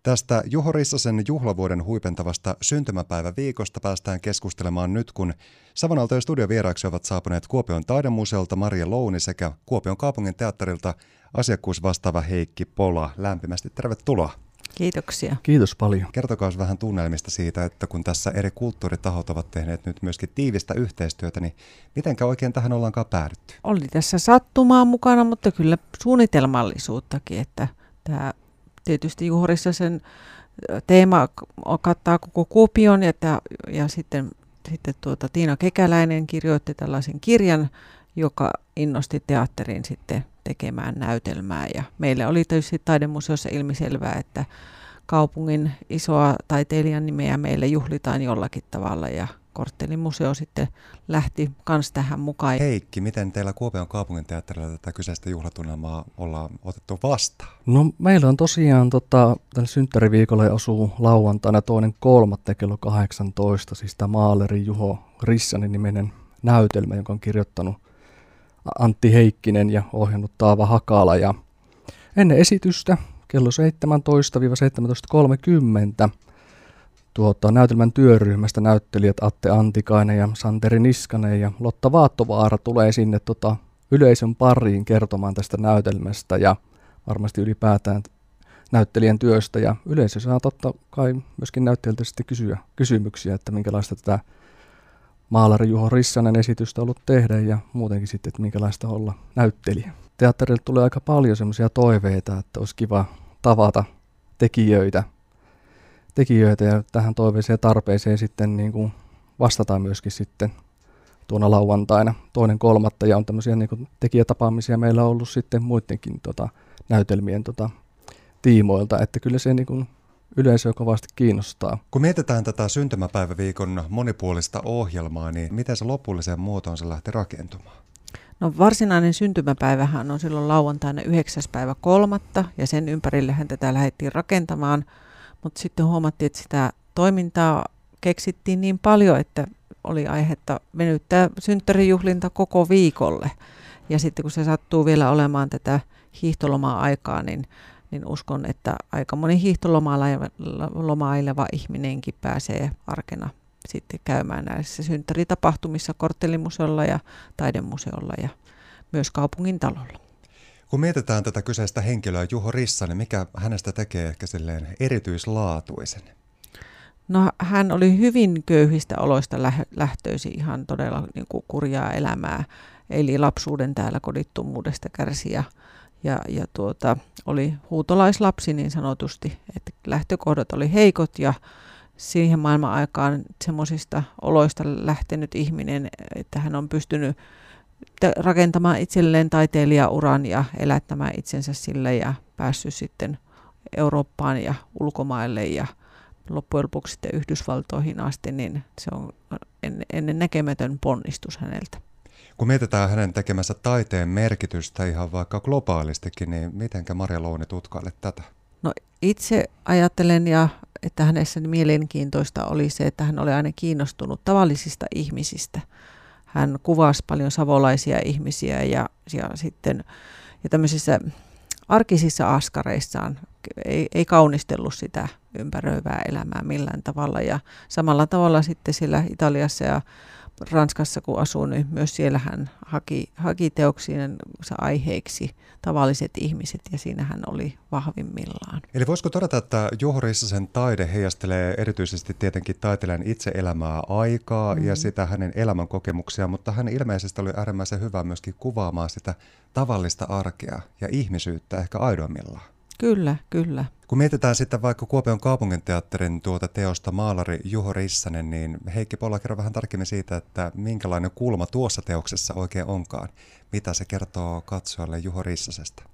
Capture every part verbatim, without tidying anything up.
Tästä Juho Rissasen juhlavuoden huipentavasta syntymäpäiväviikosta päästään keskustelemaan nyt, kun Savonaltojen studiovieraaksi ovat saapuneet Kuopion taidemuseolta Maria Louni sekä Kuopion kaupungin teatterilta asiakkuusvastaava Heikki Pola. Lämpimästi tervetuloa. Kiitoksia. Kiitos paljon. Kertokaa vähän tunnelmista siitä, että kun tässä eri kulttuuritahot ovat tehneet nyt myöskin tiivistä yhteistyötä, niin mitenkä oikein tähän ollaankaan päädytty? Oli tässä sattumaa mukana, mutta kyllä suunnitelmallisuuttakin, että tämä tietysti Juho Rissasen teema kattaa koko Kuopion ja, tämä, ja sitten, sitten tuota, Tiina Kekäläinen kirjoitti tällaisen kirjan, joka innosti teatterin sitten tekemään näytelmää. Ja meille oli tietysti taidemuseossa ilmiselvää, että kaupungin isoa taiteilijan nimeä meille juhlitaan jollakin tavalla ja Korttelimuseo sitten lähti kans tähän mukaan. Heikki, miten teillä Kuopion kaupunginteatterilla tätä kyseistä juhlatunnelmaa ollaan otettu vastaan? No meillä on tosiaan tota, tällä synttäriviikolla osuu lauantaina toinen kolmatta kello kahdeksantoista, siis tämä maaleri Juho Rissanen niminen näytelmä, jonka on kirjoittanut Antti Heikkinen ja ohjannut Taava Hakala. Ja ennen esitystä kello seitsemäntoista seitsemäntoista kolmekymmentä tuota, näytelmän työryhmästä näyttelijät Atte Antikainen ja Santeri Niskanen ja Lotta Vaattovaara tulee sinne tota, yleisön pariin kertomaan tästä näytelmästä ja varmasti ylipäätään näyttelijän työstä. Ja yleisö saa totta kai myöskin näyttelijältä sitten kysyä kysymyksiä, että minkälaista tätä maalari Juho Rissanen esitystä on ollut tehdä ja muutenkin sitten, että minkälaista olla näyttelijä. Teatterilta tulee aika paljon semmoisia toiveita, että olisi kiva tavata tekijöitä, tekijöitä ja tähän toiveeseen ja tarpeeseen sitten niin kuin vastataan myöskin sitten tuona lauantaina toinen kolmatta ja on tämmöisiä niin kuin tekijätapaamisia meillä on ollut sitten muidenkin tota, näytelmien tota, tiimoilta, että kyllä se niin kuin yleisöä kovasti kiinnostaa. Kun mietitään tätä syntymäpäiväviikon monipuolista ohjelmaa, niin miten se lopulliseen muotoon se lähti rakentumaan? No varsinainen syntymäpäivähän on silloin lauantaina yhdeksäs päivä kolmatta ja sen ympärillehän tätä lähdettiin rakentamaan, mutta sitten huomattiin, että sitä toimintaa keksittiin niin paljon, että oli aihetta venyttää synttärijuhlinta koko viikolle. Ja sitten kun se sattuu vielä olemaan tätä hiihtolomaa-aikaa, niin niin uskon, että aika moni hiihtolomaileva ihminenkin pääsee arkena sitten käymään näissä synttäritapahtumissa Korttelimuseolla ja Taidemuseolla ja myös kaupungin talolla. Kun mietitään tätä kyseistä henkilöä Juho Rissanen, mikä hänestä tekee ehkä silleen erityislaatuisen? No hän oli hyvin köyhistä oloista lähtöisin, ihan todella niin kuin kurjaa elämää, eli lapsuuden täällä kodittomuudesta kärsiä. Ja, ja tuota, oli huutolaislapsi niin sanotusti, että lähtökohdat oli heikot ja siihen maailman aikaan semmoisista oloista lähtenyt ihminen, että hän on pystynyt rakentamaan itselleen taiteilijauran ja elättämään itsensä sillä ja päässyt sitten Eurooppaan ja ulkomaille ja loppujen lopuksi sitten Yhdysvaltoihin asti, niin se on ennen näkemätön ponnistus häneltä. Kun mietitään hänen tekemänsä taiteen merkitystä ihan vaikka globaalistikin, niin mitenkä Maria Louni tutkailet tätä? No itse ajattelen, ja että hänessä mielenkiintoista oli se, että hän oli aina kiinnostunut tavallisista ihmisistä. Hän kuvasi paljon savolaisia ihmisiä ja, ja sitten ja tämmöisissä arkisissa askareissaan ei, ei kaunistellut sitä ympäröivää elämää millään tavalla. Ja samalla tavalla sitten siellä Italiassa ja Ranskassa kun asui, niin myös siellä hän haki, haki teoksien aiheeksi tavalliset ihmiset ja siinä hän oli vahvimmillaan. Eli voisiko todeta, että Juho Rissasen taide heijastelee erityisesti tietenkin taiteilijan itse elämää aikaa mm-hmm. ja sitä hänen elämän kokemuksia, mutta hän ilmeisesti oli äärimmäisen hyvä myöskin kuvaamaan sitä tavallista arkea ja ihmisyyttä ehkä aidoimmillaan. Kyllä, kyllä. Kun mietitään sitten vaikka Kuopion kaupunginteatterin tuota teosta maalari Juho Rissanen, niin Heikki Pola, kerro vähän tarkemmin siitä, että minkälainen kulma tuossa teoksessa oikein onkaan. Mitä se kertoo katsojalle Juho Rissasesta?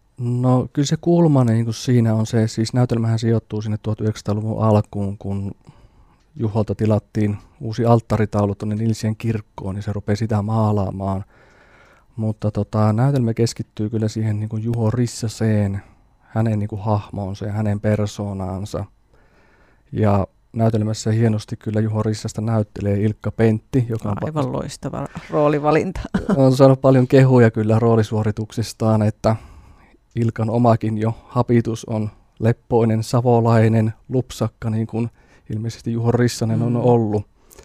No kyllä se kulma niin kuin siinä on se, siis näytelmähän sijoittuu sinne tuhatyhdeksänsataaluvun alkuun, kun Juholta tilattiin uusi alttaritaulu tuonne Nilsien kirkkoon, niin se rupesi sitä maalaamaan. Mutta tota, näytelmä keskittyy kyllä siihen niin kuin Juho Rissaseen, hänen niin kuin hahmoonsa ja hänen persoonaansa. Ja näytelmässä hienosti kyllä Juho Rissasta näyttelee Ilkka Pentti, joka on aivan loistava roolivalinta. On saanut paljon kehuja kyllä roolisuorituksistaan, että Ilkan omakin jo hapitus on leppoinen, savolainen, lupsakka, niin kuin ilmeisesti Juho Rissanen on Mm. ollut.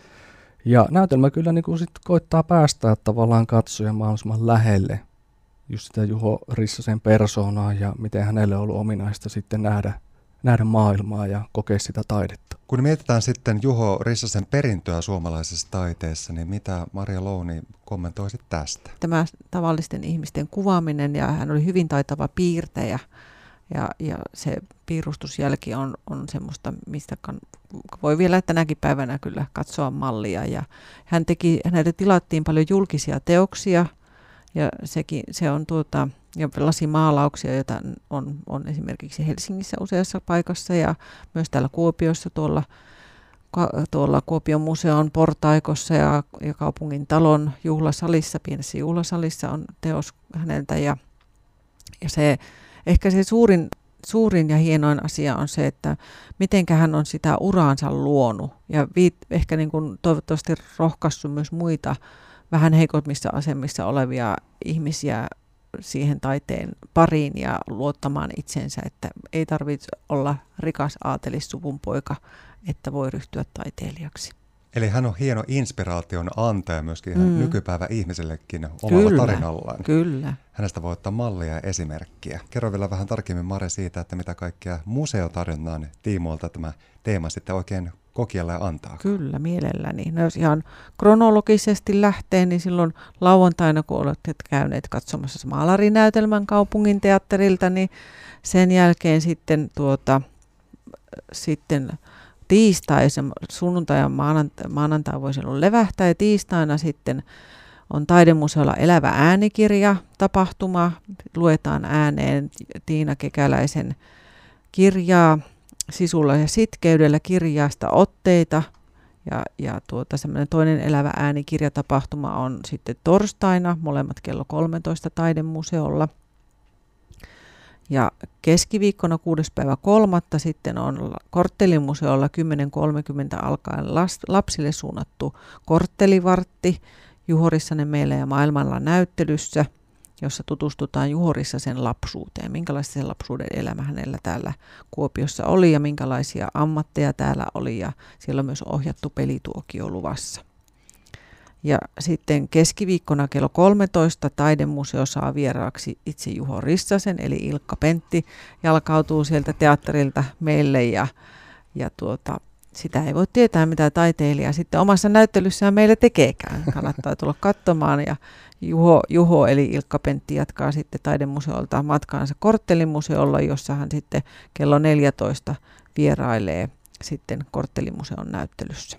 Ja näytelmä kyllä niin kuin sit koittaa päästää tavallaan katsojan mahdollisimman lähelle just sitä Juho Rissasen persoonaa ja miten hänelle on ollut ominaista sitten nähdä, nähdä maailmaa ja kokea sitä taidetta. Kun mietitään sitten Juho Rissasen perintöä suomalaisessa taiteessa, niin mitä Maria Louni kommentoisit tästä? Tämä tavallisten ihmisten kuvaaminen, ja hän oli hyvin taitava piirtäjä, ja, ja se piirustusjälki on, on semmoista, mistä kan, voi vielä tänäkin päivänä kyllä katsoa mallia. Ja hän teki, hänelle tilattiin paljon julkisia teoksia, ja sekin, se on tuota, ja lasimaalauksia, joita on, on esimerkiksi Helsingissä useassa paikassa, ja myös täällä Kuopiossa tuolla, tuolla Kuopion museon portaikossa ja, ja kaupungin talon juhlasalissa, pienessä juhlasalissa on teos häneltä, ja, ja se ehkä se suurin, suurin ja hienoin asia on se, että mitenkä hän on sitä uraansa luonut ja viit, ehkä niin kuin toivottavasti rohkaissut myös muita vähän heikommissa asemissa olevia ihmisiä siihen taiteen pariin ja luottamaan itsensä, että ei tarvitse olla rikas aatelissuvun poika, että voi ryhtyä taiteilijaksi. Eli hän on hieno inspiraation antaja myöskin ihan Mm. nykypäivän ihmisellekin omalla Kyllä, tarinallaan. Kyllä. Hänestä voi ottaa mallia ja esimerkkiä. Kerro vielä vähän tarkemmin, Mare, siitä, että mitä kaikkea museotarjonnan tiimoilta tämä teema sitten oikein kokijalle antaa. Kyllä, mielelläni. No jos ihan kronologisesti lähtee, niin silloin lauantaina, kun olette käyneet katsomassa maalarinäytelmän kaupungin teatterilta, niin sen jälkeen sitten, tuota, sitten tiistai, se sunnuntai ja maanantai, maanantai voi silloin levähtää, ja tiistaina sitten on Taidemuseolla elävä äänikirja tapahtuma. Luetaan ääneen Tiina Kekäläisen kirjaa Sisulla ja sitkeydellä kirjasta otteita. Ja, ja tuota, semmoinen toinen elävä äänikirjatapahtuma on sitten torstaina, molemmat kello kolmetoista Taidemuseolla. Ja keskiviikkona kuudes päivä kolmatta sitten on Korttelimuseolla kymmenen kolmekymmentä alkaen lapsille suunnattu korttelivartti Juho Rissanen meillä ja maailmalla näyttelyssä, jossa tutustutaan Juho Rissasen lapsuuteen, minkälaista se lapsuuden elämä hänellä täällä Kuopiossa oli ja minkälaisia ammatteja täällä oli, ja siellä on myös ohjattu pelituokio luvassa. Ja sitten keskiviikkona kello kolmetoista Taidemuseo saa vieraaksi itse Juho Rissasen, eli Ilkka Pentti jalkautuu sieltä teatterilta meille, ja, ja tuota, sitä ei voi tietää, mitä taiteilija sitten omassa näyttelyssään meille tekeekään. Kannattaa tulla katsomaan, ja Juho, Juho eli Ilkka Pentti jatkaa sitten Taidemuseolta matkaansa Korttelimuseolla, jossa hän sitten kello neljätoista vierailee sitten Korttelimuseon näyttelyssä.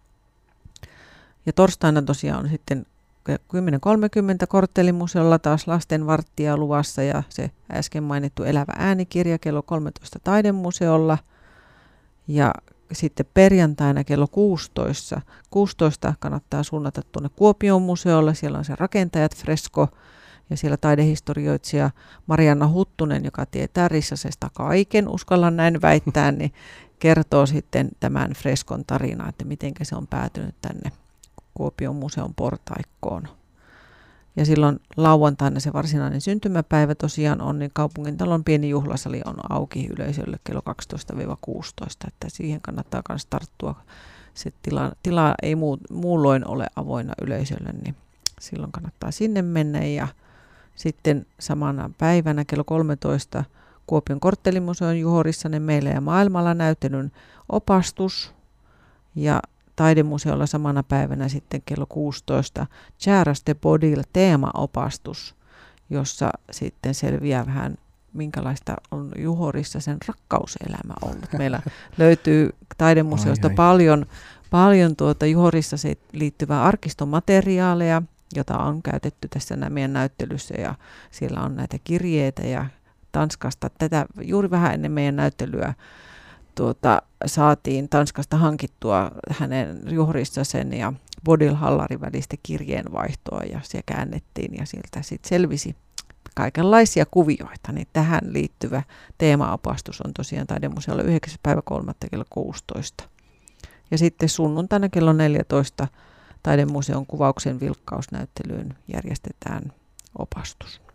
Ja torstaina tosiaan on sitten kymmenen kolmekymmentä Korttelimuseolla taas lasten varttia luvassa, ja se äsken mainittu elävä äänikirja kello kolmetoista Taidemuseolla. Ja sitten perjantaina kello kuusitoista. kuusitoista kannattaa suunnata tuonne Kuopion museolle. Siellä on se rakentajat fresko ja siellä taidehistorioitsija Marianna Huttunen, joka tietää Rissasesta kaiken, uskallan näin väittää, niin kertoo sitten tämän freskon tarinaa, että miten se on päätynyt tänne Kuopion museon portaikkoon. Ja silloin lauantaina se varsinainen syntymäpäivä tosiaan on, niin kaupungintalon pieni juhlasali on auki yleisölle kello kaksitoista kuusitoista, että siihen kannattaa myös tarttua. Se tila, tila ei muu, muulloin ole avoinna yleisölle, niin silloin kannattaa sinne mennä. Ja sitten samana päivänä kello kolmetoista Kuopion Korttelimuseon Juho Rissanen meillä ja maailmalla näytelyn opastus, ja Taidemuseolla samana päivänä sitten kello kuusitoista Charaste Bodil teemaopastus, jossa sitten selviää vähän, minkälaista on Juho Rissasen rakkauselämä ollut. Meillä löytyy Taidemuseosta ai, ai. paljon, paljon tuota Juho Rissaseen liittyvää arkistomateriaaleja, jota on käytetty tässä meidän näyttelyssä, ja siellä on näitä kirjeitä ja Tanskasta. Tätä juuri vähän ennen meidän näyttelyä Tuota, saatiin Tanskasta hankittua hänen Juho Rissasen ja Bodil Hallarin välistä kirjeenvaihtoa, ja se käännettiin, ja sieltä sitten selvisi kaikenlaisia kuvioita. Niin tähän liittyvä teemaopastus on tosiaan Taidemuseolla yhdeksäs päivä kolmatta kello kuusitoista. Ja sitten sunnuntaina kello neljätoista Taidemuseon kuvauksen vilkkausnäyttelyyn järjestetään opastus.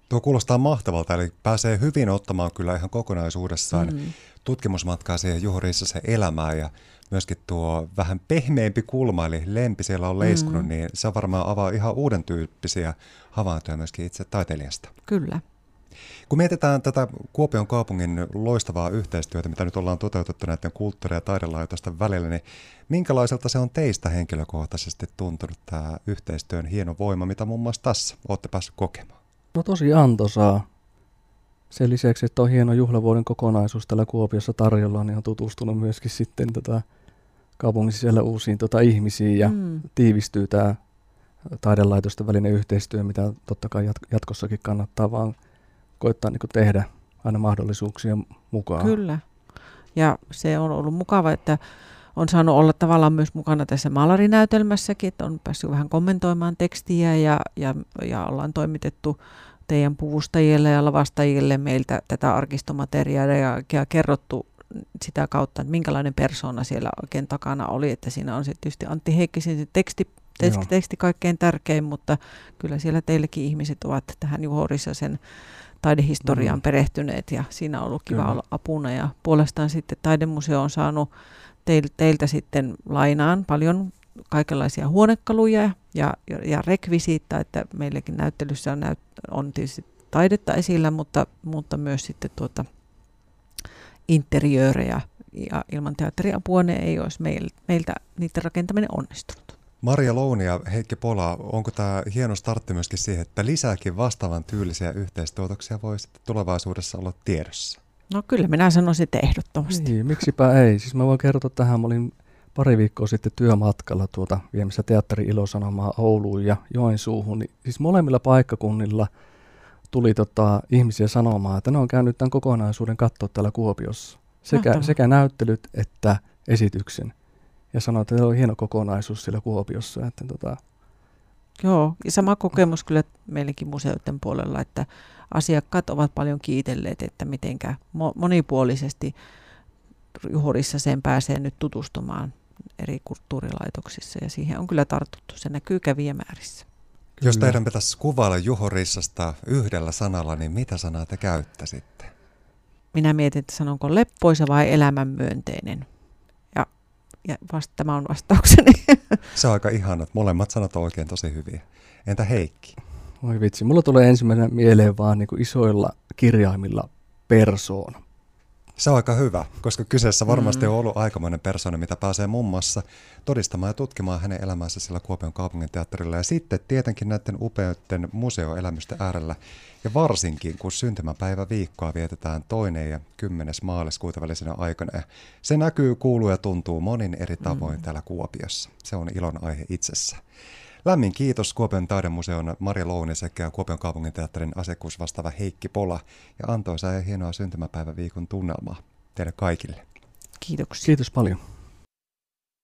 Tuo kuulostaa mahtavalta, eli pääsee hyvin ottamaan kyllä ihan kokonaisuudessaan mm. tutkimusmatkaa siihen Juho Rissasen elämään ja myöskin tuo vähän pehmeämpi kulma, eli lempi siellä on leiskunut, mm. niin se varmaan avaa ihan uuden tyyppisiä havaintoja myöskin itse taiteilijasta. Kyllä. Kun mietitään tätä Kuopion kaupungin loistavaa yhteistyötä, mitä nyt ollaan toteutettu näiden kulttuuri- ja taidelaitosten välillä, niin minkälaiselta se on teistä henkilökohtaisesti tuntunut tämä yhteistyön hieno voima, mitä muun muassa tässä olette päässeet kokemaan? No tosi antoisaa. Sen lisäksi, että on hieno juhlavuoden kokonaisuus täällä Kuopiossa tarjolla, niin on tutustunut myöskin sitten tota kaupungin sisällä uusiin tota ihmisiin ja mm. tiivistyy tämä taidelaitosten välinen yhteistyö, mitä totta kai jatkossakin kannattaa vaan koittaa niin kuin tehdä aina mahdollisuuksien mukaan. Kyllä. Ja se on ollut mukava, että on saanut olla tavallaan myös mukana tässä maalarinäytelmässäkin, että on päässyt vähän kommentoimaan tekstiä ja, ja, ja ollaan toimitettu teidän puvustajille ja lavastajille meiltä tätä arkistomateriaalia ja, ja kerrottu sitä kautta, että minkälainen persoona siellä oikein takana oli, että siinä on se tietysti Antti Heikkisen se teksti, teksti, teksti kaikkein tärkein, mutta kyllä siellä teillekin ihmiset ovat tähän Juho Rissasen taidehistoriaan mm. perehtyneet ja siinä on ollut kiva kyllä. olla apuna ja puolestaan sitten taidemuseo on saanut teiltä sitten lainaan paljon kaikenlaisia huonekaluja ja, ja, ja rekvisiittaa, että meilläkin näyttelyssä on, näyt, on tietysti taidetta esillä, mutta, mutta myös sitten tuota interiöörejä ja ilman teatteriapua ne ei olisi meiltä, meiltä niiden rakentaminen onnistunut. Marja Louni ja Heikki Pola, onko tämä hieno startti myöskin siihen, että lisääkin vastaavan tyylisiä yhteistuotoksia voi sitten tulevaisuudessa olla tiedossa? No kyllä minä sanoisin, että ehdottomasti. Niin, miksipä ei. Siis mä voin kertoa tähän, mä olin pari viikkoa sitten työmatkalla tuota viemässä teatteri-ilosanomaa Ouluun ja Joensuuhun. Niin, siis molemmilla paikkakunnilla tuli tota, ihmisiä sanomaan, että ne on käynyt tämän kokonaisuuden katsoa täällä Kuopiossa. Sekä, sekä näyttelyt että esityksen. Ja sanoi, että on hieno kokonaisuus siellä Kuopiossa. Että, tota... Joo, ja sama kokemus kyllä meilläkin museoiden puolella, että asiakkaat ovat paljon kiitelleet, että mitenkä monipuolisesti Juho Rissaseen pääsee nyt tutustumaan eri kulttuurilaitoksissa, ja siihen on kyllä tartuttu. Se näkyy kävijämäärissä. Jos teidän pitäisi kuvailla Juho Rissasta yhdellä sanalla, niin mitä sanaa te käyttäisitte? Minä mietin, että sanonko leppoisa vai elämänmyönteinen. Ja, ja vasta, tämä on vastaukseni. Se on aika ihana, että molemmat sanat on oikein tosi hyviä. Entä Heikki? Oi vitsi, mulla tulee ensimmäisenä mieleen vaan niin kuin isoilla kirjaimilla persoona. Se on aika hyvä, koska kyseessä varmasti mm. on ollut aikamoinen persoona, mitä pääsee muun muassa todistamaan ja tutkimaan hänen elämänsä sillä Kuopion kaupunginteatterilla. Ja sitten tietenkin näiden upeuden museoelämysten äärellä. Ja varsinkin, kun syntymäpäiväviikkoa vietetään toinen ja kymmenes maaliskuuta välisenä aikana. Ja se näkyy, kuuluu ja tuntuu monin eri tavoin mm. täällä Kuopiossa. Se on ilon aihe itsessään. Lämmin kiitos Kuopion taidemuseon Marja Louni sekä Kuopion kaupunginteatterin asiakkuusvastaava Heikki Pola ja antoisaa ja hienoa syntymäpäiväviikon tunnelmaa teille kaikille. Kiitoksia. Kiitos paljon.